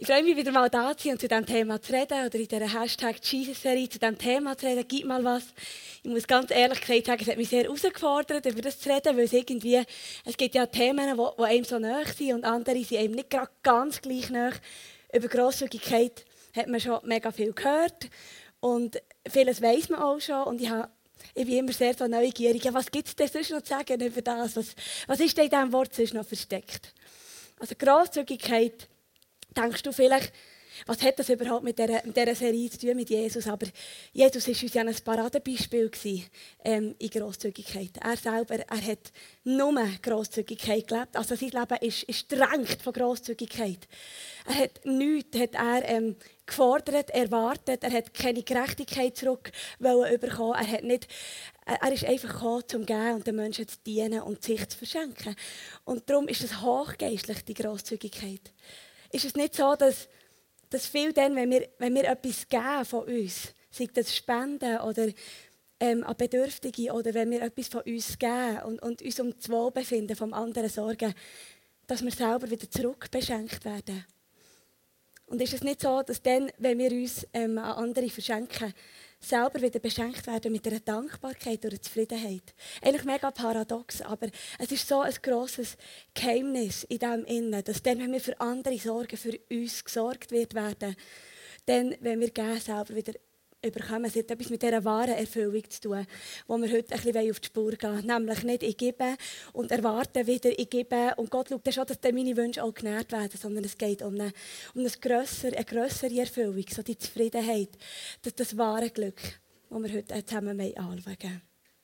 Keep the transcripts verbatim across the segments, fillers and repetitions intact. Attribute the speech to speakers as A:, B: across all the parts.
A: Ich freue mich wieder mal da zu sein und zu diesem Thema zu reden oder in dieser Hashtag Jesus-Serie zu diesem Thema zu reden. Gib mal was. Ich muss ganz ehrlich gesagt sagen, es hat mich sehr herausgefordert, über das zu reden, weil es irgendwie, es gibt ja Themen, die, die einem so nahe sind und andere sind einem nicht gerade ganz gleich nahe. Über Grosszügigkeit hat man schon mega viel gehört und vieles weiss man auch schon und ich habe Ich bin immer sehr so neugierig. Ja, was gibt es denn sonst noch zu sagen über das? Was, was ist denn in diesem Wort sonst noch versteckt? Also Grosszügigkeit, denkst du vielleicht, was hat das überhaupt mit dieser, mit dieser Serie zu tun, mit Jesus? Aber Jesus war uns ja ein Paradebeispiel gewesen, ähm, in Grosszügigkeit. Er selber, er hat nur Grosszügigkeit gelebt. Also sein Leben ist, ist drängt von Grosszügigkeit. Er hat nichts, hat er ähm, gefordert, erwartet. Er hat keine Gerechtigkeit zurück wollen bekommen. Er hat nicht, er ist einfach gekommen, um zu geben und den Menschen zu dienen und sich zu verschenken. Und darum ist es hochgeistlich, die Grosszügigkeit. Ist es nicht so, dass, dass viel dann, wenn wir, wenn wir etwas geben von uns, sei das Spenden oder ähm, an Bedürftige oder wenn wir etwas von uns geben und, und uns um das Wohlbefinden vom anderen sorgen, dass wir selber wieder zurückbeschenkt werden? Und ist es nicht so, dass dann, wenn wir uns ähm, an andere verschenken, selber wieder beschenkt werden mit einer Dankbarkeit oder Zufriedenheit? Eigentlich mega paradox, aber es ist so ein grosses Geheimnis in dem Innen, dass dann, wenn wir für andere sorgen, für uns gesorgt wird werden, dann, wenn wir geben, selber wieder überkommen. Es hat etwas mit dieser wahren Erfüllung zu tun, wo wir heute ein bisschen auf die Spur gehen. Nämlich nicht ich gebe und erwarte wieder, ich gebe und Gott schaut schon, dass meine Wünsche auch genährt werden, sondern es geht um eine, um eine, grössere, eine grössere Erfüllung, so die Zufriedenheit, das, das wahre Glück, das wir heute zusammen anschauen.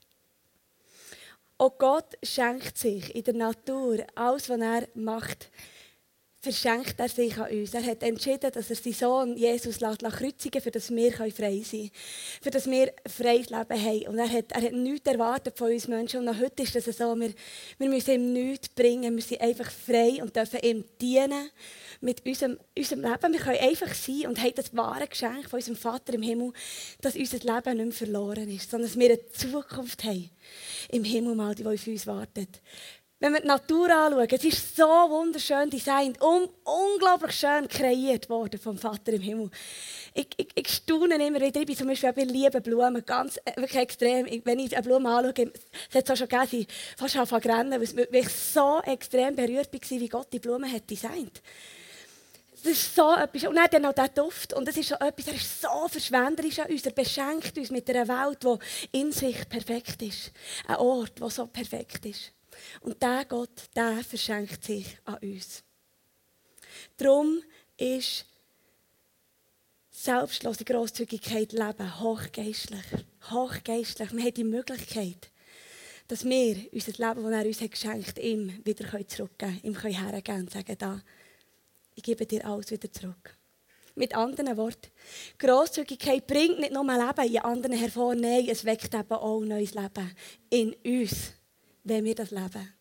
A: Auch Gott schenkt sich in der Natur alles, was er macht, verschenkt er sich an uns. Er hat entschieden, dass er seinen Sohn Jesus lässt, lässt kreuzigen, für dass wir frei sein können. Für dass wir freies Leben haben. Und er hat, er hat nichts erwartet von uns Menschen. Und auch heute ist es so, wir, wir müssen ihm nichts bringen. Wir sind einfach frei und dürfen ihm dienen mit unserem, unserem Leben. Wir können einfach sein und haben das wahre Geschenk von unserem Vater im Himmel, dass unser Leben nicht mehr verloren ist, sondern dass wir eine Zukunft haben im Himmel, mal, die auf uns wartet. Wenn wir die Natur anschauen, es ist so wunderschön designt, un unglaublich schön kreiert worden vom Vater im Himmel. Ich, ich, ich staune immer wieder, ich bin zum Beispiel bei lieben Blumen, ganz, wirklich extrem. Ich, wenn ich eine Blume anschaue, es hat es auch schon gegeben, ich fast angefangen zu rennen, weil ich so extrem berührt war, wie Gott die Blumen hat designt. Das ist so etwas. Und dann noch der Duft. Und das ist so etwas, er ist so verschwenderisch an uns. Er beschenkt uns mit einer Welt, die in sich perfekt ist. Ein Ort, der so perfekt ist. Und dieser Gott, der verschenkt sich an uns. Darum ist selbstlose Grosszügigkeit Leben hochgeistlich. Hochgeistlich. Wir haben die Möglichkeit, dass wir unser Leben, das er uns hat geschenkt hat, ihm wieder zurückgeben können, ihm hergeben können und sagen, da, ich gebe dir alles wieder zurück. Mit anderen Worten, Grosszügigkeit bringt nicht nur Leben in anderen hervor, nein, es weckt eben auch neues Leben in uns, wenn wir das leben.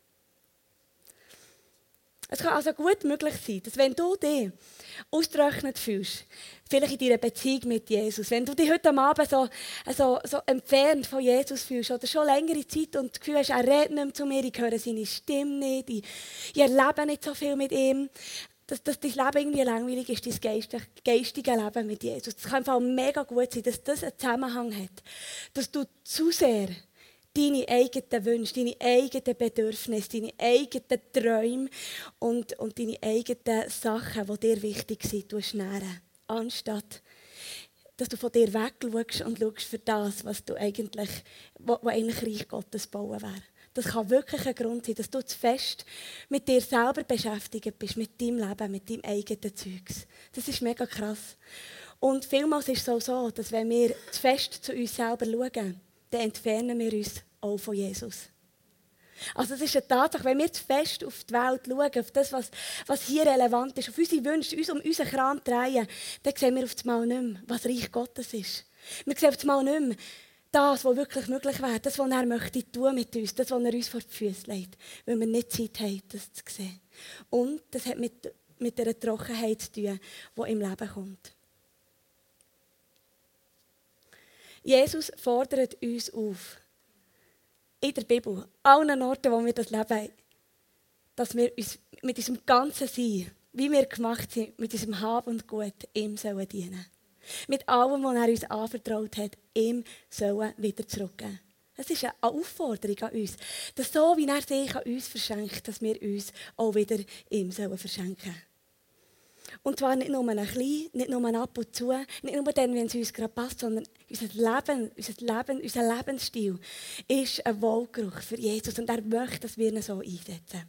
A: Es kann also gut möglich sein, dass wenn du dich ausgetrocknet fühlst, vielleicht in deiner Beziehung mit Jesus, wenn du dich heute Abend so, so, so entfernt von Jesus fühlst oder schon längere Zeit und das Gefühl hast, er redet nicht mehr zu mir, ich höre seine Stimme nicht, ich, ich erlebe nicht so viel mit ihm, dass, dass dein Leben irgendwie langweilig ist, dein geistige, geistige Leben mit Jesus. Es kann im Fall mega gut sein, dass das einen Zusammenhang hat, dass du zu sehr deine eigenen Wünsche, deine eigenen Bedürfnisse, deine eigenen Träume und, und deine eigenen Sachen, die dir wichtig sind, nähren. Anstatt, dass du von dir weg schaust und schaust für das, was du eigentlich, wo, wo eigentlich Reich Gottes bauen wäre. Das kann wirklich ein Grund sein, dass du zu fest mit dir selber beschäftigt bist, mit deinem Leben, mit deinem eigenen Zeugs. Das ist mega krass. Und vielmals ist es auch so, dass wenn wir zu fest zu uns selber schauen, dann entfernen wir uns auch von Jesus. Also das ist eine Tatsache, wenn wir zu fest auf die Welt schauen, auf das, was, was hier relevant ist, auf unsere Wünsche, uns um unseren Kram drehen, dann sehen wir auf einmal nicht mehr, was Reich Gottes ist. Wir sehen auf einmal nicht mehr das, was wirklich möglich wäre, das, was er möchte tun mit uns, das, was er uns vor die Füße legt, weil wir nicht Zeit haben, das zu sehen. Und das hat mit, mit einer Trockenheit zu tun, die im Leben kommt. Jesus fordert uns auf, in der Bibel, an allen Orten, wo wir das leben, dass wir uns mit unserem ganzen Sein wie wir gemacht sind, mit unserem Hab und Gut, ihm sollen dienen. Mit allem, was er uns anvertraut hat, ihm sollen wieder zurückgeben. Es ist eine Aufforderung an uns, dass so, wie er sich an uns verschenkt, dass wir uns auch wieder ihm sollen verschenken. Und zwar nicht nur ein klein, nicht nur ab und zu, nicht nur dann, wenn es uns gerade passt, sondern unser Leben, unser Leben, unser Lebensstil ist ein Wohlgeruch für Jesus und er möchte, dass wir ihn so einsetzen.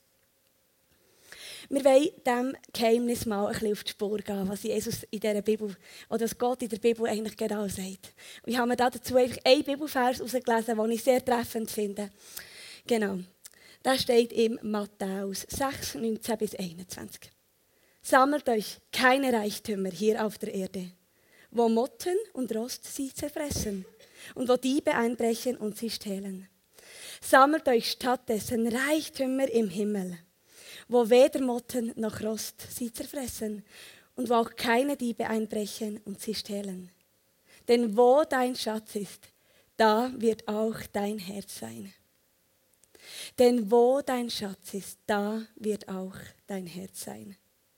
A: Wir wollen diesem Geheimnis mal ein bisschen auf die Spur gehen, was Jesus in dieser Bibel, oder was Gott in der Bibel eigentlich genau sagt. Und ich habe mir dazu einfach einen Bibelvers herausgelesen, den ich sehr treffend finde. Genau. Da steht in Matthäus sechs, neunzehn bis einundzwanzig. Sammelt euch keine Reichtümer hier auf der Erde, wo Motten und Rost sie zerfressen und wo Diebe einbrechen und sie stehlen. Sammelt euch stattdessen Reichtümer im Himmel, wo weder Motten noch Rost sie zerfressen und wo auch keine Diebe einbrechen und sie stehlen. Denn wo dein Schatz ist, da wird auch dein Herz sein. Denn wo dein Schatz ist, da wird auch dein Herz sein.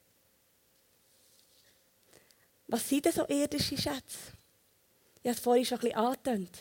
A: Was sind denn so irdische Schätze? Ich habe es vorhin schon ein bisschen angetönt.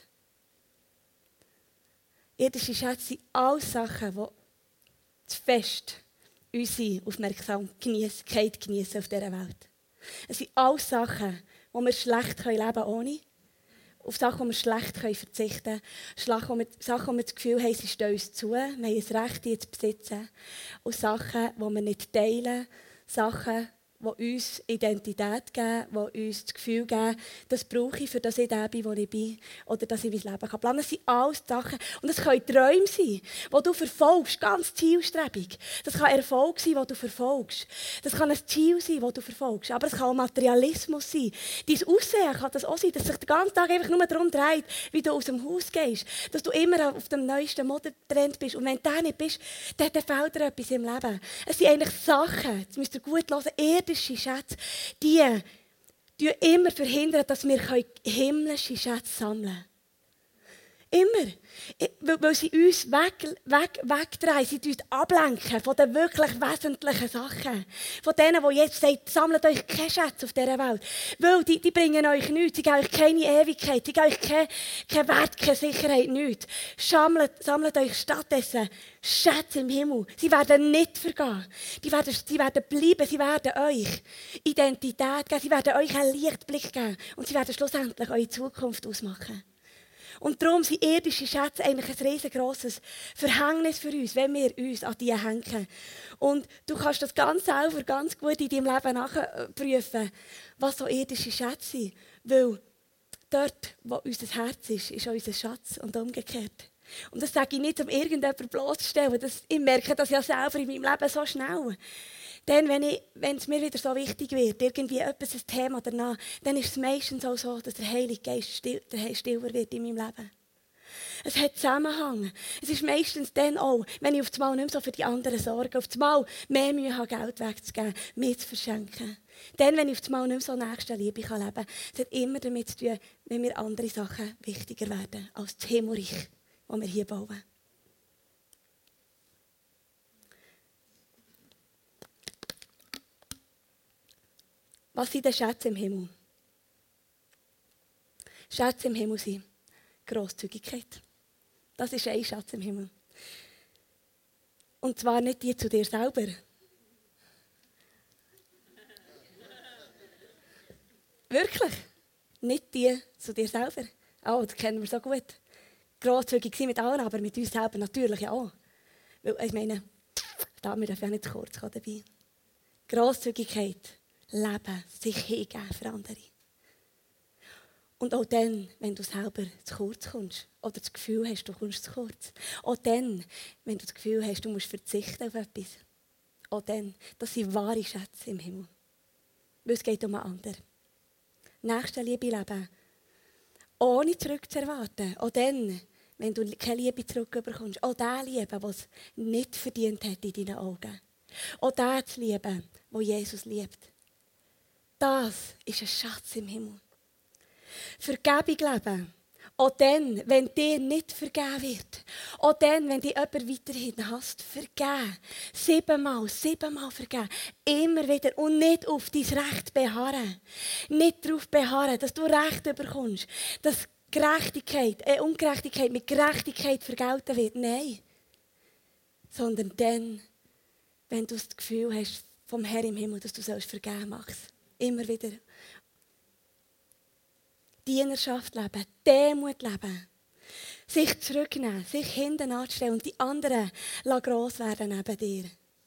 A: Irdische Schätze sind alles Sachen, die zu fest unsere Aufmerksamkeit genießen auf dieser Welt. Es sind alles Sachen, die wir schlecht leben können ohne. Auf Sachen, die wir schlecht verzichten können. Sachen, wo wir das Gefühl haben, sie stehen uns zu. Wir haben ein Recht, die zu besitzen. Und Sachen, die wir nicht teilen. Sachen, die uns Identität geben, die uns das Gefühl geben, das brauche ich, für das ich der bin, wo ich bin, oder dass ich mein Leben kann planen. Das sind alles Sachen. Und es können Träume sein, die du verfolgst, ganz zielstrebig. Das kann Erfolg sein, den du verfolgst. Das kann ein Ziel sein, das du verfolgst. Aber es kann auch Materialismus sein. Dein Aussehen kann das auch sein, dass sich den ganzen Tag einfach nur darum dreht, wie du aus dem Haus gehst. Dass du immer auf dem neuesten Modetrend bist. Und wenn du der nicht bist, dann fehlt dir etwas im Leben. Es sind eigentlich Sachen, das müsst ihr gut hören, irdische Schätze, die, die immer verhindern, dass wir himmlische Schätze sammeln können. Immer. Weil sie uns weg, weg, wegdrehen, sie uns ablenken von den wirklich wesentlichen Sachen. Von denen, die jetzt sagen, sammelt euch keine Schätze auf dieser Welt. Weil die, die bringen euch nichts, sie geben euch keine Ewigkeit, sie geben euch keinen kein Wert, keine Sicherheit, nichts. Sammelt, sammelt euch stattdessen Schätze im Himmel. Sie werden nicht vergehen. Die werden, sie werden bleiben, sie werden euch Identität geben, sie werden euch einen Lichtblick geben und sie werden schlussendlich eure Zukunft ausmachen. Und darum sind irdische Schätze eigentlich ein riesengroßes Verhängnis für uns, wenn wir uns an die hängen. Und du kannst das ganz selber, ganz gut in deinem Leben nachprüfen, was so irdische Schätze sind. Weil dort, wo unser Herz ist, ist auch unser Schatz und umgekehrt. Und das sage ich nicht, um irgendjemanden bloßzustellen. Das, ich merke das ja selber in meinem Leben so schnell. Dann, wenn, ich, wenn es mir wieder so wichtig wird, irgendwie etwas ein Thema danach, dann ist es meistens auch so, dass der Heilige Geist still, der stiller wird in meinem Leben. Es hat Zusammenhang. Es ist meistens dann auch, wenn ich auf einmal nicht mehr so für die anderen sorge, auf einmal mehr Mühe habe, Geld wegzugeben, mir zu verschenken. Dann, wenn ich auf einmal nicht mehr so Nächstenliebe leben kann. Es hat immer damit zu tun, wenn mir andere Sachen wichtiger werden als das Himmelreich, das wir hier bauen. Was sind denn Schätze im Himmel? Schätze im Himmel sind Grosszügigkeit. Das ist ein Schatz im Himmel. Und zwar nicht die zu dir selber. Wirklich. Nicht die zu dir selber. Oh, das kennen wir so gut. Grosszügig sein mit allen, aber mit uns selber natürlich auch. Weil, ich meine, da haben wir ja nicht zu kurz dabei. Grosszügigkeit. Leben, sich hingeben für andere. Und auch dann, wenn du selber zu kurz kommst oder das Gefühl hast, du kommst zu kurz. Auch dann, wenn du das Gefühl hast, du musst verzichten auf etwas. Auch dann, das sind wahre Schätze im Himmel. Weil es geht um einen anderen. Nächstenliebe leben, ohne zurückzuerwarten. Auch dann, wenn du keine Liebe zurückbekommst. Auch den lieben, was es nicht verdient hat in deinen Augen. Auch den zu lieben, wo Jesus liebt. Das ist ein Schatz im Himmel. Vergebung leben, Auch dann, wenn dir nicht vergeben wird. Auch dann, wenn dich jemand weiterhin hasst, vergeben. Siebenmal, siebenmal vergeben. Immer wieder. Und nicht auf dein Recht beharren. Nicht darauf beharren, dass du Recht bekommst. Dass Gerechtigkeit, äh, Ungerechtigkeit mit Gerechtigkeit vergelten wird. Nein. Sondern dann, wenn du das Gefühl hast vom Herrn im Himmel, dass du sollst vergeben machst. Immer wieder. Dienerschaft leben, Demut leben. Sich zurücknehmen, sich hinten anstellen und die anderen gross werden neben dir.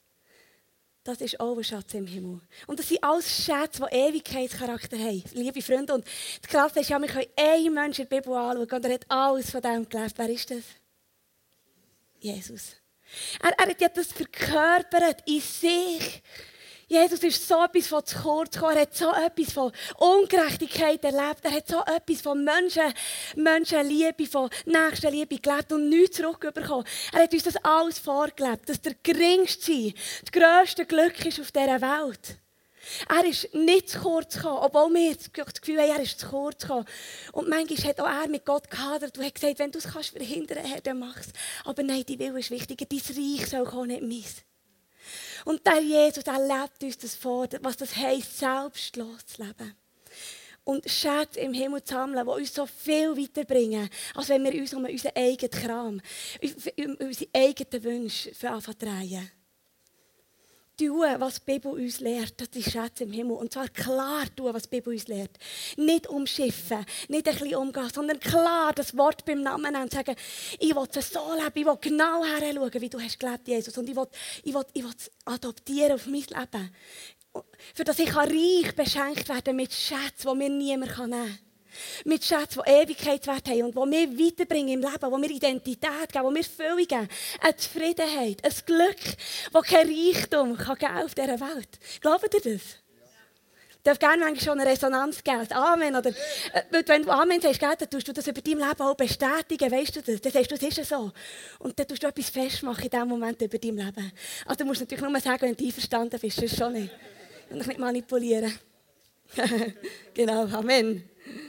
A: Das ist auch ein Schatz im Himmel. Und das sind alles Schätze, die Ewigkeitscharakter haben. Liebe Freunde, und das Krasse ist ja, wir können einen Menschen in der Bibel anschauen und er hat alles von dem gelebt. Wer ist das? Jesus. Er, er hat ja das verkörpert in sich. Jesus ist so etwas von zu kurz gekommen. Er hat so etwas von Ungerechtigkeit erlebt. Er hat so etwas von Menschen, Menschenliebe, von Nächstenliebe gelebt und nichts zurückbekommen. Er hat uns das alles vorgelebt, dass der geringste Sein, das grösste Glück ist auf dieser Welt. Er ist nicht zu kurz gekommen, obwohl wir das Gefühl haben, er ist zu kurz gekommen. Und manchmal hat auch er mit Gott gehadert und hat gesagt, wenn du es kannst verhindern kannst, dann mach es. Aber nein, dein Wille ist wichtiger. Dein Reich soll kommen, nicht meins. Und der Jesus, der lebt uns das vor, was das heisst, selbstlos zu leben. Und Schätze im Himmel zu sammeln, die uns so viel weiterbringen, als wenn wir uns um unseren eigenen Kram, um unsere eigenen Wünsche anfangen zu drehen. Tun, was die Bibel uns lehrt, das ist Schätze im Himmel. Und zwar klar tun, was die Bibel uns lehrt. Nicht umschiffen, nicht ein bisschen umgehen, sondern klar das Wort beim Namen nennen und sagen, ich will es so leben, ich will genau hinschauen, wie du hast gelebt, Jesus. Und ich will, ich will, ich will es adoptieren auf mein Leben. Für das ich reich beschenkt werden mit Schätzen, die mir niemand nehmen kann. Mit Schätzen, die Ewigkeitswert haben und die wir weiterbringen im Leben, die mir Identität geben, die mir Fülle geben, eine Zufriedenheit, ein Glück, das kein Reichtum kann geben auf dieser Welt. Glaubt ihr das? Ich darf gerne manchmal schon eine Resonanz geben. Amen. Oder, äh, wenn du Amen sagst, dann tust du das über dein Leben auch bestätigen. Weißt du das? Dann sagst du, das ist so. Und dann tust du etwas festmachen in diesem Moment über dein Leben. Also du musst natürlich nur sagen, wenn du einverstanden bist. Sonst schon nicht. Und dich nicht manipulieren. Genau. Amen.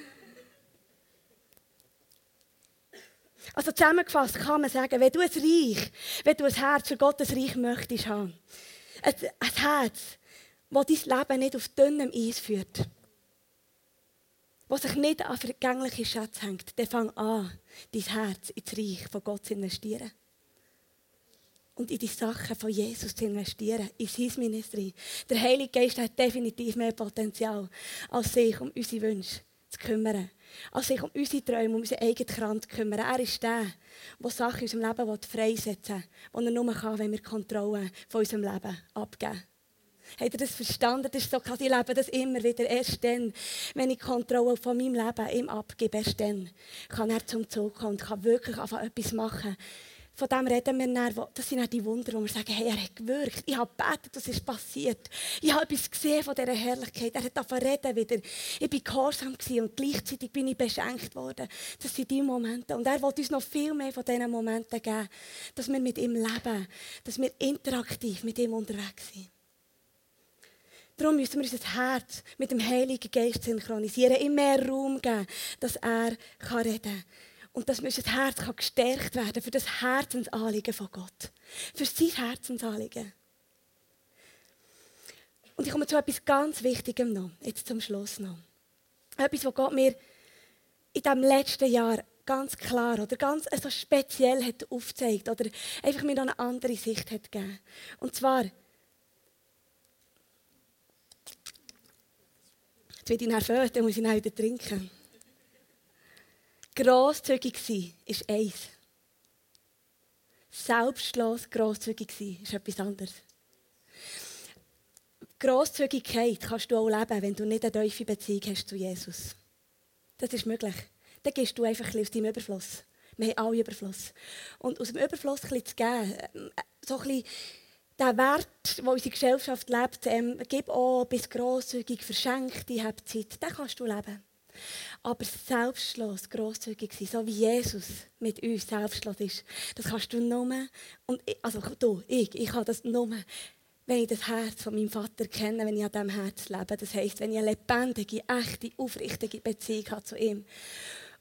A: Also zusammengefasst kann man sagen, wenn du ein Reich, wenn du ein Herz für Gottes Reich möchtest haben, ein, ein Herz, das dein Leben nicht auf dünnem Eis führt, das sich nicht an vergängliche Schätze hängt, dann fang an, dein Herz ins Reich von Gott zu investieren. Und in die Sachen von Jesus zu investieren, in sein Ministry. Der Heilige Geist hat definitiv mehr Potenzial, als sich um unsere Wünsche zu kümmern. Als sich um unsere Träume, um unseren eigenen Kram zu kümmern. Er ist der, der Sachen in unserem Leben freisetzen will, die er nur kann, wenn wir Kontrolle von unserem Leben abgeben. Habt ihr das verstanden? Das ist so, ich lebe das immer wieder. Erst dann, wenn ich Kontrolle von meinem Leben ihm abgebe, erst dann kann er zum Zug kommen und kann wirklich anfangen, etwas machen. Von dem reden wir dann, das sind dann die Wunder, wo wir sagen, hey, er hat gewirkt. Ich habe gebetet, das ist passiert. Ich habe etwas gesehen von dieser Herrlichkeit. Er hat davon reden wieder. Ich war gehorsam und gleichzeitig bin ich beschenkt worden. Das sind die Momente. Und er will uns noch viel mehr von diesen Momenten geben, dass wir mit ihm leben, dass wir interaktiv mit ihm unterwegs sind. Darum müssen wir unser Herz mit dem Heiligen Geist synchronisieren, ihm mehr Raum geben, dass er reden kann. Und dass unser Herz gestärkt werden kann für das Herzensanliegen von Gott. Für sein Herzensanliegen. Und ich komme zu etwas ganz Wichtigem noch, jetzt zum Schluss noch. Etwas, was Gott mir in diesem letzten Jahr ganz klar oder ganz also speziell hat aufgezeigt oder einfach mir noch eine andere Sicht hat gegeben. Und zwar, jetzt werde ich nervös, dann muss ich dann wieder trinken. Grosszügig sein ist eins. Selbstlos grosszügig sein ist etwas anderes. Grosszügigkeit kannst du auch leben, wenn du nicht eine tiefe Beziehung hast zu Jesus. Das ist möglich. Dann gehst du einfach ein bisschen aus deinem Überfluss. Wir haben alle Überfluss. Und aus dem Überfluss ein bisschen zu geben, so ein bisschen der Wert, den unsere Gesellschaft lebt, ähm, gib auch bis grosszügig, verschenk die Zeit, den kannst du leben. Aber selbstlos, grosszügig sein, so wie Jesus mit uns selbstlos ist, das kannst du nur, und ich, also du, ich, ich kann das nur, wenn ich das Herz von meinem Vater kenne, wenn ich an diesem Herz lebe. Das heisst, wenn ich eine lebendige, echte, aufrichtige Beziehung habe zu ihm.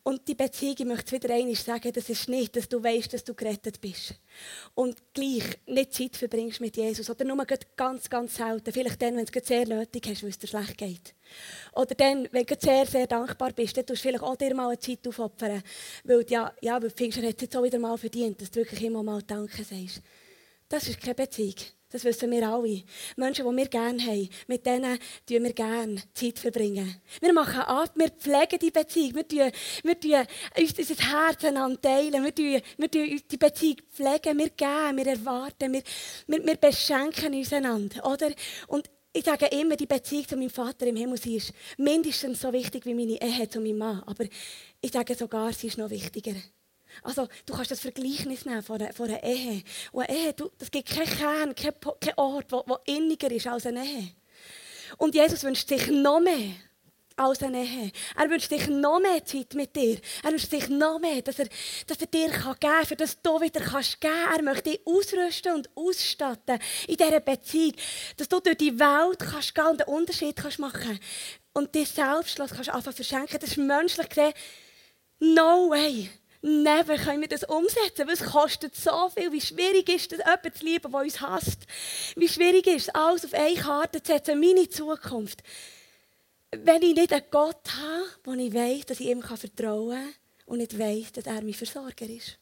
A: Und die Beziehung, ich möchte es wieder einmal sagen, das ist nicht, dass du weißt, dass du gerettet bist. Und gleich nicht Zeit verbringst mit Jesus. Oder nur ganz, ganz selten. Vielleicht dann, wenn du es sehr nötig hast, weil es dir schlecht geht. Oder dann, wenn du sehr, sehr dankbar bist, dann tust du vielleicht auch dir mal eine Zeit aufopfern. Weil, ja, ja, weil du findest, er hat es jetzt auch wieder mal verdient, dass du wirklich immer mal Danke sagst. Das ist keine Beziehung. Das wissen wir alle. Menschen, die wir gerne haben, mit denen tun wir gerne Zeit verbringen. Wir machen ab, wir pflegen die Beziehung. Wir tun, wir tun uns unser Herz einander teilen. Wir tun, wir tun die Beziehung pflegen. Wir geben, wir erwarten, wir, wir, wir beschenken uns einander. Oder? Und ich sage immer, die Beziehung zu meinem Vater im Himmel, sie ist mindestens so wichtig wie meine Ehe zu meinem Mann. Aber ich sage sogar, sie ist noch wichtiger. Also, du kannst das Vergleichnis nehmen von einer, von einer Ehe. Und eine Ehe, du, das gibt keinen Kern, keinen kein Ort, der inniger ist als eine Ehe. Und Jesus wünscht sich noch mehr als eine Ehe. Er wünscht sich noch mehr Zeit mit dir. Er wünscht sich noch mehr, dass er, dass er dir geben kann, für das du wieder kannst geben. Er möchte dich ausrüsten und ausstatten in dieser Beziehung, dass du durch die Welt kannst gehen und einen Unterschied kannst machen und dir selbst kannst anfangen verschenken. Das ist menschlich gesehen no way. Never können wir das umsetzen, weil es kostet so viel. Wie schwierig ist es, jemanden zu lieben, der uns hasst. Wie schwierig ist es, alles auf eine Karte zu setzen, meine Zukunft. Wenn ich nicht einen Gott habe, wo ich weiss, dass ich ihm vertrauen kann und nicht weiss, dass er mein Versorger ist.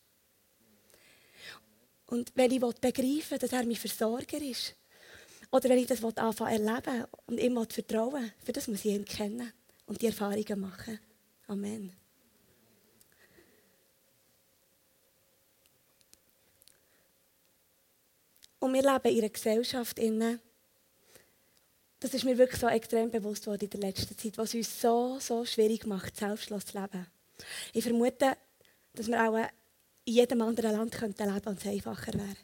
A: Und wenn ich begreifen will, dass er mein Versorger ist, oder wenn ich das anfangen erleben und ihm vertrauen will, für das muss ich ihn kennen und die Erfahrungen machen. Amen. Und wir leben in einer Gesellschaft, das ist mir wirklich so extrem bewusst worden in der letzten Zeit, was uns so, so schwierig macht, selbstlos zu leben. Ich vermute, dass wir auch in jedem anderen Land leben könnten und es einfacher wäre.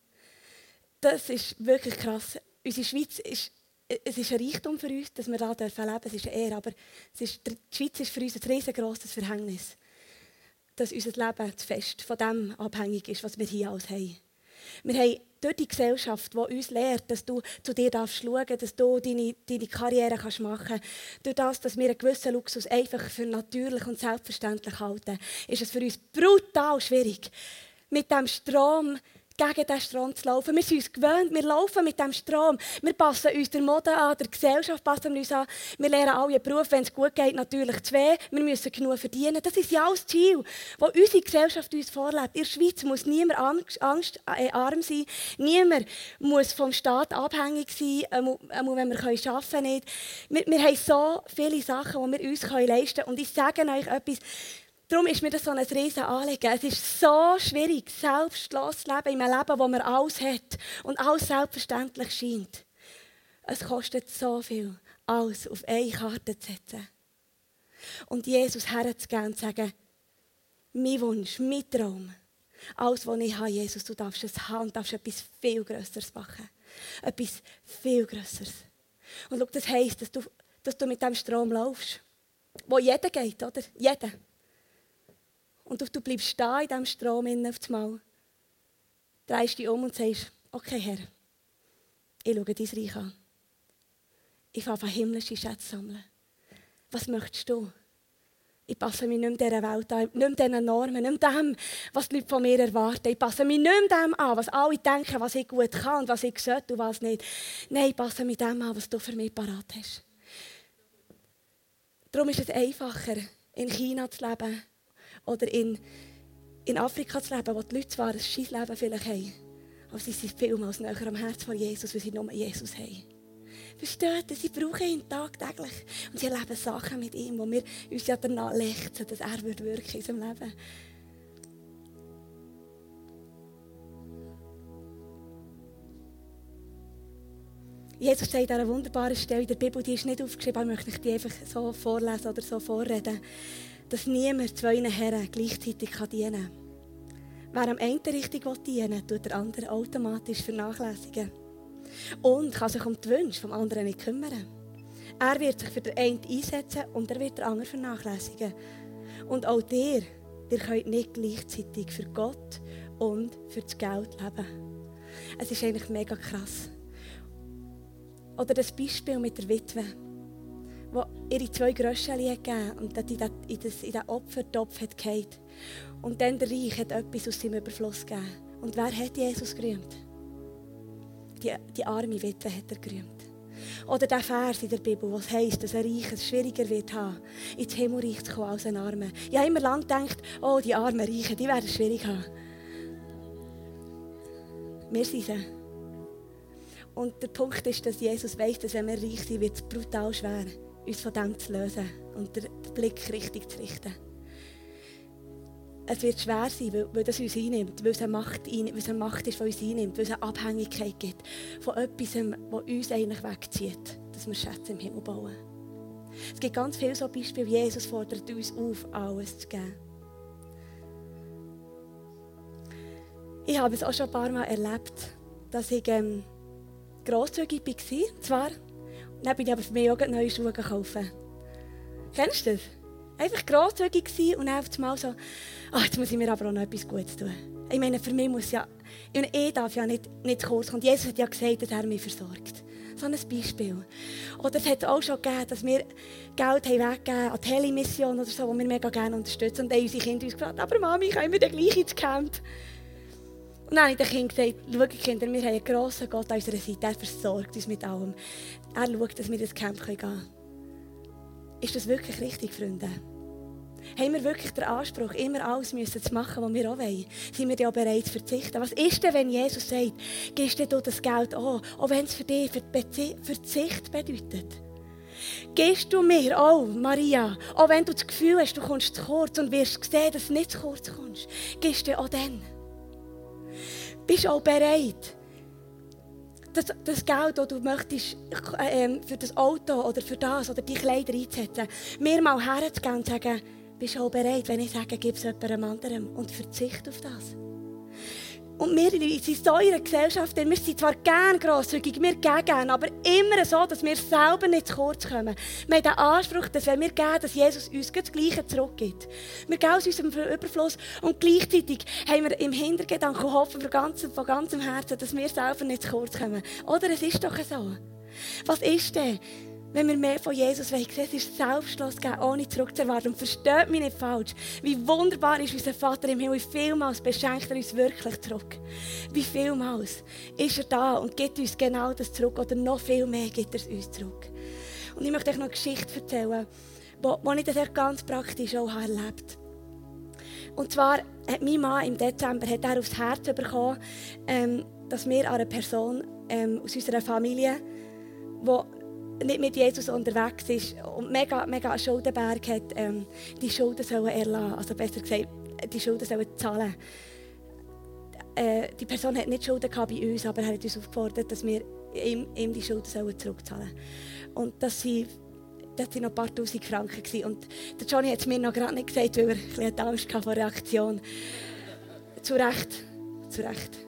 A: Das ist wirklich krass. Unsere Schweiz ist, es ist ein Reichtum für uns, dass wir hier leben dürfen. Es ist eine Ehre, aber es ist, die Schweiz ist für uns ein riesengroßes Verhängnis, dass unser Leben zu fest von dem abhängig ist, was wir hier alles haben. Wir haben durch die Gesellschaft, die uns lehrt, dass du zu dir darfst schauen, dass du deine, deine Karriere kannst machen kannst, durch das, dass wir einen gewissen Luxus einfach für natürlich und selbstverständlich halten, ist es für uns brutal schwierig, mit dem Strom gegen den Strom zu laufen. Wir sind uns gewöhnt, wir laufen mit dem Strom. Wir passen uns der Mode an, der Gesellschaft passen wir uns an. Wir lernen alle einen Beruf, wenn es gut geht, natürlich zwei. Wir müssen genug verdienen. Das ist ja auch das Ziel, das unsere Gesellschaft uns vorlebt. In der Schweiz muss niemand Angst, Angst, äh, arm sein. Niemand muss vom Staat abhängig sein, äh, wenn wir arbeiten können. Nicht. Wir, wir haben so viele Sachen, die wir uns leisten können. Und ich sage euch etwas, darum ist mir das so ein riesen Anliegen. Es ist so schwierig, selbstlos zu leben in einem Leben, wo man alles hat und alles selbstverständlich scheint. Es kostet so viel, alles auf eine Karte zu setzen. Und Jesus herzugeben und zu sagen, mein Wunsch, mein Traum, alles, was ich habe, Jesus, du darfst es haben und darfst etwas viel Grösseres machen. Etwas viel Grösseres. Und schau, das heisst, dass du, dass du mit diesem Strom laufst, wo jeder geht, oder? Jeder. Und du, du bleibst stehen in diesem Strom innen auf einmal, drehst dich um und sagst, okay Herr, ich schaue dein Reich an. Ich fange an himmlische Schätze sammeln. Was möchtest du? Ich passe mich nicht mehr dieser Welt an, nicht mehr diesen Normen, nicht mehr dem, was die Leute von mir erwarten. Ich passe mich nicht mehr dem an, was alle denken, was ich gut kann und was ich sollte und was nicht. Nein, ich passe mich dem an, was du für mich parat hast. Darum ist es einfacher, in China zu leben, oder in, in Afrika zu leben, wo die Leute zwar ein scheiß Leben vielleicht haben, aber sie sind vielmals näher am Herz von Jesus, weil sie nur Jesus haben. Versteht ihr? Sie brauchen ihn tagtäglich. Und sie erleben Sachen mit ihm, wo wir uns ja danach lechzen, dass er wirken würde in unserem Leben. Jesus sagt an einer wunderbaren Stelle in der Bibel, die ist nicht aufgeschrieben, aber ich möchte die einfach so vorlesen oder so vorreden, dass niemand zwei Herren gleichzeitig dienen kann. Wer am einen richtig dienen will, tut der andere automatisch vernachlässigen. Und kann sich um die Wünsche des anderen nicht kümmern. Er wird sich für den einen einsetzen und er wird den anderen vernachlässigen. Und auch ihr, ihr könnt nicht gleichzeitig für Gott und für das Geld leben. Es ist eigentlich mega krass. Oder das Beispiel mit der Witwe, die ihre zwei Gröschen gegeben und in diesen in den Opfertopf hat gefallen. Und dann der Reich hat etwas aus seinem Überfluss gegeben. Und wer hat Jesus gerühmt? Die, die arme Witwe hat er gerühmt. Oder der Vers in der Bibel, was heisst, dass ein Reich es schwieriger wird haben, ins Himmelreich zu kommen als ein Armer. Ich habe immer lange gedacht, oh, die armen Reichen, die werden es schwierig haben. Wir sind sie. Und der Punkt ist, dass Jesus weiss, dass wenn wir reich sind, wird es brutal schwer, uns von dem zu lösen und den Blick richtig zu richten. Es wird schwer sein, weil, weil das uns einnimmt, weil es eine Macht, ein, weil es eine Macht ist, die uns einnimmt, weil es eine Abhängigkeit gibt von etwas, das uns eigentlich wegzieht, dass wir Schätze im Himmel bauen. Es gibt ganz viele so Beispiele, Jesus fordert uns auf, alles zu geben. Ich habe es auch schon ein paar Mal erlebt, dass ich ähm, grosszügig war. Zwar, dann bin ich aber für mich auch neue Schuhe gekauft. Kennst du das? Einfach grosszügig gewesen und dann auf einmal so, oh, jetzt muss ich mir aber auch noch etwas Gutes tun. Ich meine, für mich muss ja, ich darf ja nicht, nicht zu kurz kommen. Jesus hat ja gesagt, dass er mich versorgt. So ein Beispiel. Oder es hat auch schon gegeben, dass wir Geld haben weggegeben an die Heli-Mission oder so, die wir mega gerne unterstützen. Und dann haben unsere Kinder uns gefragt, aber Mami, können wir dann gleich ins Camp? Und dann habe ich den Kindern gesagt, schau Kinder, wir haben einen grossen Gott an unserer Seite, er versorgt uns mit allem. Er schaut, dass wir ins Camp gehen können. Ist das wirklich richtig, Freunde? Haben wir wirklich den Anspruch, immer alles müssen zu machen, was wir auch wollen? Sind wir ja bereit zu verzichten? Was ist denn, wenn Jesus sagt, gibst du das Geld an, auch wenn es für dich Verzicht bedeutet? Gibst du mir auch, Maria, auch wenn du das Gefühl hast, du kommst zu kurz und wirst sehen, dass du nicht zu kurz kommst, gibst du auch dann? Bist du auch bereit, Das, das Geld, das du möchtest, äh, für das Auto oder für das oder die Kleider einzusetzen, mir mal herzugehen und sagen, bist du auch bereit, wenn ich sage, gib es jemandem anderem und verzichte auf das. Und wir sind so in einer Gesellschaft, wir sind zwar gerne grosszügig, wir geben gerne, aber immer so, dass wir selber nicht zu kurz kommen. Wir haben den Anspruch, dass wenn wir geben, dass Jesus uns das Gleiche zurückgibt. Wir geben aus unserem Überfluss und gleichzeitig haben wir im Hintergedanken und hoffen von ganzem, von ganzem Herzen, dass wir selber nicht zu kurz kommen. Oder es ist doch so. Was ist denn, wenn wir mehr von Jesus wollen? Es ist selbstlos geben, ohne zurückzuerwarten. Und versteht mich nicht falsch. Wie wunderbar ist unser Vater im Himmel. Wie vielmals beschenkt er uns wirklich zurück. Wie vielmals ist er da und gibt uns genau das zurück. Oder noch viel mehr gibt er es uns zurück. Und ich möchte euch noch eine Geschichte erzählen, wo, wo ich das ganz praktisch auch erlebt habe. Und zwar hat mein Mann im Dezember hat er aufs Herz bekommen, ähm, dass wir an einer Person ähm, aus unserer Familie, die nicht mit Jesus unterwegs ist und mega, mega einen Schuldenberg hat, ähm, die Schulden sollen erlassen. Also besser gesagt, die Schulden sollen zahlen. Äh, die Person hat nicht Schulden gehabt bei uns, aber er hat uns aufgefordert, dass wir ihm, ihm die Schulden sollen zurückzahlen sollen. Und das waren das noch ein paar tausend Franken gewesen. Und der Johnny hat es mir noch gerade nicht gesagt, weil er ein bisschen Angst hatte vor der Reaktion. Zu Recht. Zu Recht.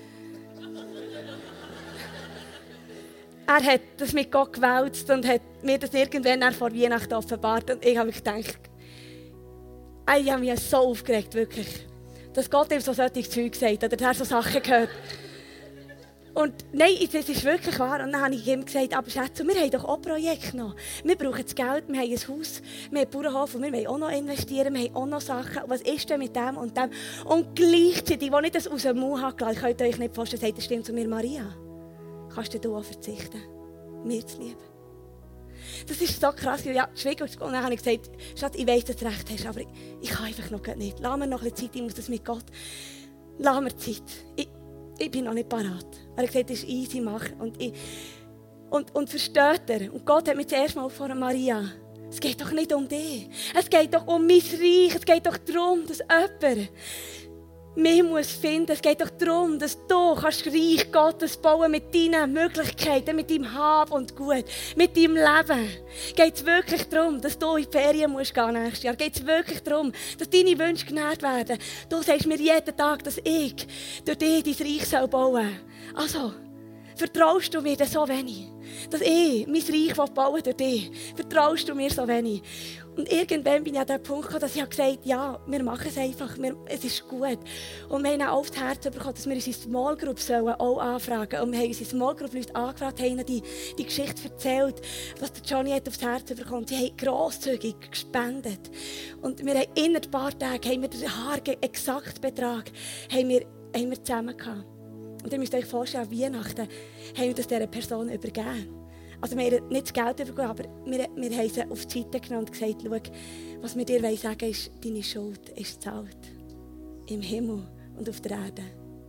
A: Er hat das mit Gott gewälzt und hat mir das irgendwann vor Weihnachten offenbart. Und ich habe mich gedacht, ich habe mich so aufgeregt, wirklich, dass Gott ihm so solche Zeug sagt oder er so Sachen gehört. Und nein, das ist wirklich wahr. Und dann habe ich ihm gesagt, aber Schätze, wir haben doch auch Projekte noch. Wir brauchen das Geld, wir haben ein Haus, wir haben einen Bauernhof und wir wollen auch noch investieren, wir haben auch noch Sachen. Was ist denn mit dem und dem? Und gleichzeitig, als ich das aus dem Mund habe gelassen, könnt ihr euch nicht vorstellen, sagt, das stimmt zu mir, Maria. Kannst du auch verzichten, mir zu lieben? Das ist so krass. Ja, und dann habe ich gesagt, Schatz, ich weiss, dass du recht hast, aber ich, ich kann einfach noch nicht. Lass mir noch ein bisschen Zeit, ich muss das mit Gott. Lass mir Zeit. Ich, ich bin noch nicht parat. Er hat gesagt, das ist easy, mach. Und, ich, und, und versteht er. Und Gott hat mich zuerst mal vor Maria. Es geht doch nicht um dich. Es geht doch um mein Reich. Es geht doch darum, dass jemand mich muss finden. Es geht doch darum, dass du kannst Reich Gottes bauen mit deinen Möglichkeiten, mit deinem Hab und Gut, mit deinem Leben. Geht es wirklich darum, dass du in die Ferien musst gehen nächstes Jahr? Geht es wirklich darum, dass deine Wünsche genährt werden? Du sagst mir jeden Tag, dass ich durch dich dein Reich bauen soll. Also, vertraust du mir denn so wenig? Dass ich mein Reich bauen durch dich, vertraust du mir so wenig? Und irgendwann bin ich an den Punkt gekommen, dass ich gesagt habe, ja, wir machen es einfach, wir, es ist gut. Und wir haben auch auf das Herz bekommen, dass wir unsere Small Group sollen auch anfragen. Und wir haben unsere Small Group Leute angefragt, haben ihnen die, die Geschichte erzählt, was der Johnny hat aufs Herz bekommen. Sie haben grosszügig gespendet. Und wir haben in ein paar Tagen haben wir den haarexakten Betrag haben wir, haben wir zusammen gehabt. Und ihr müsst euch vorstellen, an Weihnachten haben wir das dieser Person übergeben. Also wir haben nicht das Geld übergeben, aber wir, wir haben sie auf die Seite genommen und gesagt, schau, was wir dir sagen wollen, ist, deine Schuld ist gezahlt. Im Himmel und auf der Erde.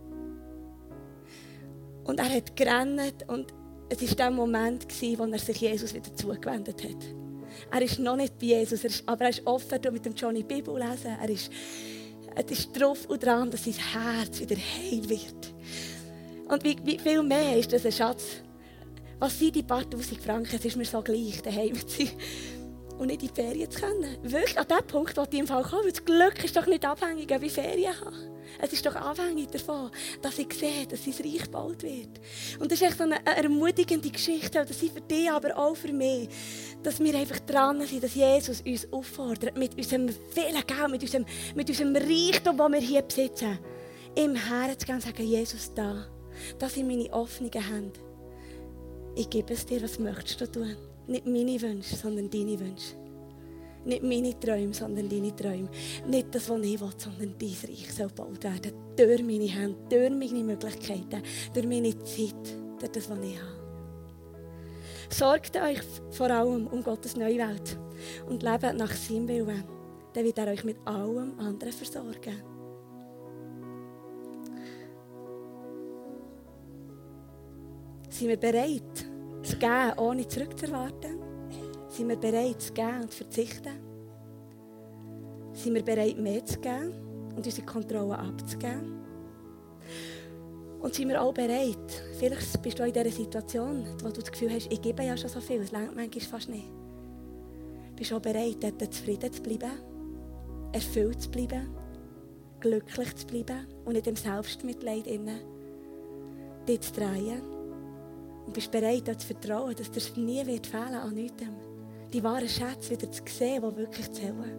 A: Und er hat gerannt und es war der Moment, wo er sich Jesus wieder zugewendet hat. Er ist noch nicht bei Jesus, er ist, aber er ist offen mit dem Johnny die Bibel lesen. Er ist, er ist drauf und dran, dass sein Herz wieder heil wird. Und wie, wie viel mehr ist das ein Schatz? Was sind die paar tausend Franken? Es ist mir so gleich, daheim zu sein und nicht in die Ferien zu können. Wirklich, an dem Punkt, wo ich im Fall komme, das Glück ist doch nicht abhängig, ob ich Ferien habe. Es ist doch abhängig davon, dass ich sehe, dass sein Reich gebaut wird. Und das ist echt so eine, eine ermutigende Geschichte, das sind für dich, aber auch für mich, dass wir einfach dran sind, dass Jesus uns auffordert, mit unserem vielen Geld, mit unserem, mit unserem Reichtum, das wir hier besitzen, im Herzen zu gehen und sagen, Jesus, da, das sind meine offenen Hände. Ich gebe es dir, was möchtest du tun? Nicht meine Wünsche, sondern deine Wünsche. Nicht meine Träume, sondern deine Träume. Nicht das, was ich will, sondern dein Reich soll gebaut werden. Durch meine Hände, durch meine Möglichkeiten, durch meine Zeit, durch das, was ich habe. Sorgt euch vor allem um Gottes neue Welt und lebt nach seinem Willen. Dann wird er euch mit allem anderen versorgen. Sind wir bereit, zu geben, ohne zurückzuerwarten? Sind wir bereit, zu geben und zu verzichten? Sind wir bereit, mehr zu geben und unsere Kontrolle abzugeben? Und sind wir auch bereit, vielleicht bist du auch in dieser Situation, wo du das Gefühl hast, ich gebe ja schon so viel, es reicht manchmal fast nicht. Bist du auch bereit, dort zufrieden zu bleiben, erfüllt zu bleiben, glücklich zu bleiben und nicht im Selbstmitleid innen, dich zu drehen? Und bist bereit, zu vertrauen, dass dir nie wird fehlen an nichts. Die wahren Schätze wieder zu sehen, die wirklich zählen.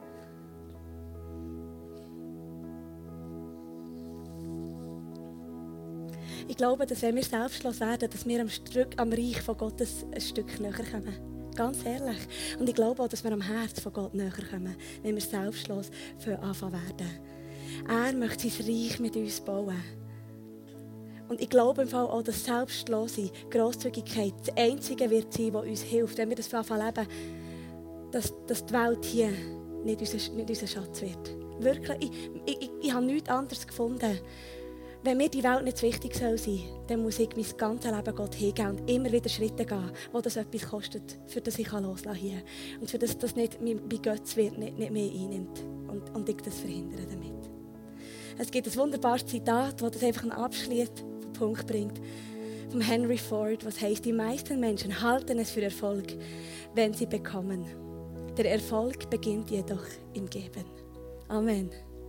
A: Ich glaube, dass wenn wir selbstlos werden, dass wir am, Stück, am Reich von Gott ein Stück näher kommen. Ganz ehrlich. Und ich glaube auch, dass wir am Herz von Gott näher kommen, wenn wir selbstlos anfangen werden. Er möchte sein Reich mit uns bauen. Und ich glaube im Fall auch, dass selbstlose Grosszügigkeit das Einzige wird sein, was uns hilft, wenn wir das anfangen leben, dass, dass die Welt hier nicht unser, nicht unser Schatz wird. Wirklich, ich, ich, ich, ich habe nichts anderes gefunden. Wenn mir die Welt nicht so wichtig sein soll, dann muss ich mein ganzes Leben Gott hingeben und immer wieder Schritte gehen, wo das etwas kostet, für das ich loslassen hier. Und für das das nicht mein Götz wird, nicht, nicht mehr einnimmt und, und ich das verhindere damit. Es gibt ein wunderbares Zitat, das das einfach abschließt, auf den Punkt bringt, von Henry Ford, was heißt: Die meisten Menschen halten es für Erfolg, wenn sie bekommen. Der Erfolg beginnt jedoch im Geben. Amen.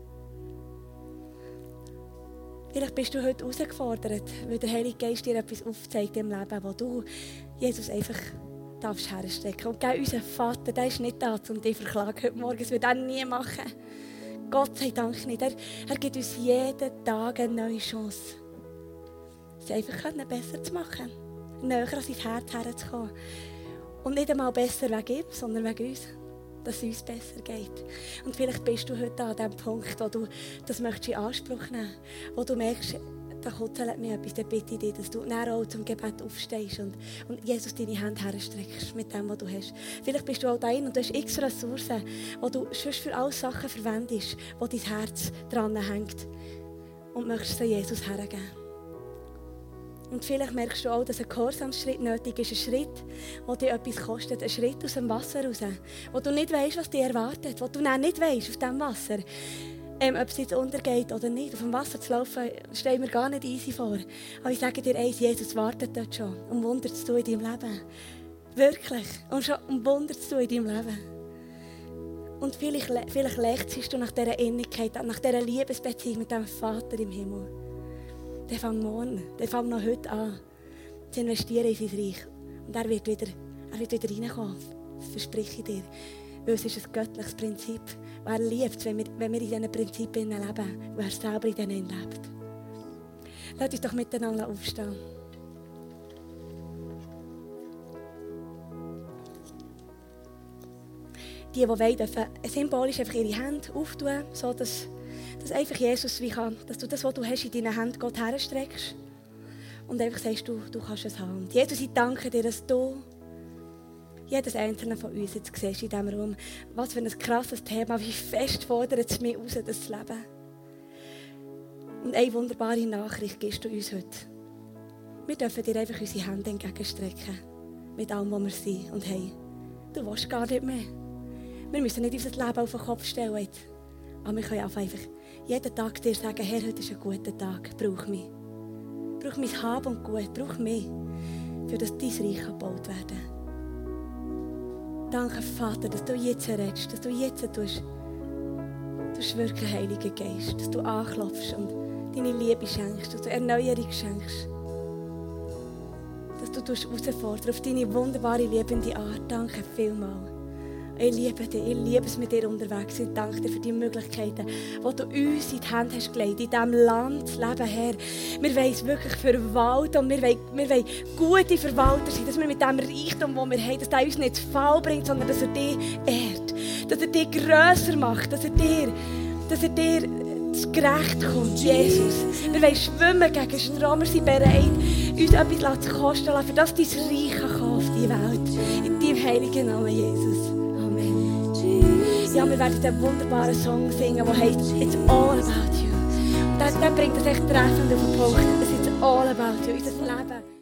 A: Vielleicht bist du heute herausgefordert, weil der Heilige Geist dir etwas aufzeigt im Leben, wo du Jesus einfach darfst herstrecken. Und gell, unser Vater, der ist nicht da, um dich zu verklagen heute Morgen. Das wird er nie machen. Gott sei Dank nicht. Er, er gibt uns jeden Tag eine neue Chance, es einfach besser zu machen, näher an sein Herz herzukommen. Und nicht einmal besser wegen ihm, sondern wegen uns, dass es uns besser geht. Und vielleicht bist du heute an dem Punkt, wo du das möchtest in Anspruch nehmen, wo du merkst, da kutzelt mir etwas, dann bitte ich dich, dass du dann auch zum Gebet aufstehst und, und Jesus deine Hände herstreckst mit dem, was du hast. Vielleicht bist du auch da und du hast x Ressourcen, die du sonst für alle Sachen verwendest, wo dein Herz dran hängt und möchtest sie Jesus hergeben. Und vielleicht merkst du auch, dass ein Gehorsamsschritt nötig ist. Ein Schritt, der dir etwas kostet. Ein Schritt aus dem Wasser raus. Wo du nicht weißt, was dich erwartet. Wo du dann nicht weißt, auf diesem Wasser, ähm, ob es jetzt untergeht oder nicht. Auf dem Wasser zu laufen, stell mir gar nicht easy vor. Aber ich sage dir eins, Jesus wartet dort schon. Um Wunder zu tun in deinem Leben. Wirklich. Und schon um Wunder zu tun in deinem Leben. Und vielleicht, vielleicht lechzest du nach dieser Innigkeit, nach dieser Liebesbeziehung mit dem Vater im Himmel. Dann fang morgen, dann fang noch heute an, zu investieren in sein Reich. Und er wird wieder, er wird wieder reinkommen. Das verspreche ich dir. Weil es ist ein göttliches Prinzip. Und er liebt es, wenn wir, wenn wir in diesen Prinzipien leben. Und er selber in denen lebt. Lasst uns doch miteinander aufstehen. Die, die wollen, dürfen symbolisch einfach ihre Hände auftun, so dass, dass einfach Jesus wie kann, dass du das, was du hast, in deinen Händen Gott herstreckst und einfach sagst, du, du kannst es haben. Und Jesus, ich danke dir, dass du jedes einzelne von uns jetzt siehst in diesem Raum. Was für ein krasses Thema, wie fest fordert es mich raus, das Leben. Und eine wunderbare Nachricht gibst du uns heute. Wir dürfen dir einfach unsere Hände entgegenstrecken, mit allem, was wir sind und haben. Du willst gar nicht mehr. Wir müssen nicht unser Leben auf den Kopf stellen. Aber wir können einfach jeden Tag dir sagen, Herr, heute ist ein guter Tag. Brauch mich. Brauch mein Hab und Gut. Brauch mich, für das dein Reich gebaut werden kann. Danke, Vater, dass du jetzt redest, dass du jetzt tust, tust wirken, Heiliger Geist, dass du anklopfst und deine Liebe schenkst, dass du Erneuerung schenkst. Dass du herausforderst auf deine wunderbare, liebende Art. Danke vielmals. Ich liebe dich, ich liebe es, mit dir unterwegs zu sein. Danke dir für die Möglichkeiten, die du uns in die Hände hast gelegt, in diesem Land zu leben, Herr. Wir wollen es wirklich verwalten und wir wollen, wir wollen gute Verwalter sein, dass wir mit dem Reichtum, den wir haben, dass der uns nicht zu Fall bringt, sondern dass er dich ehrt, dass er dich grösser macht, dass er dir, dass er dir gerecht kommt, Jesus. Wir wollen schwimmen gegen Strom, wir sind bereit, uns etwas zu kosten lassen, für das dein Reich kann kommen auf die Welt. In deinem heiligen Namen, Jesus. Ja, wir werden einen wunderbaren Song singen, der heißt «It's all about you». Und der, der bringt das echt treffend auf den Punkt. Es ist all about you, unser Leben.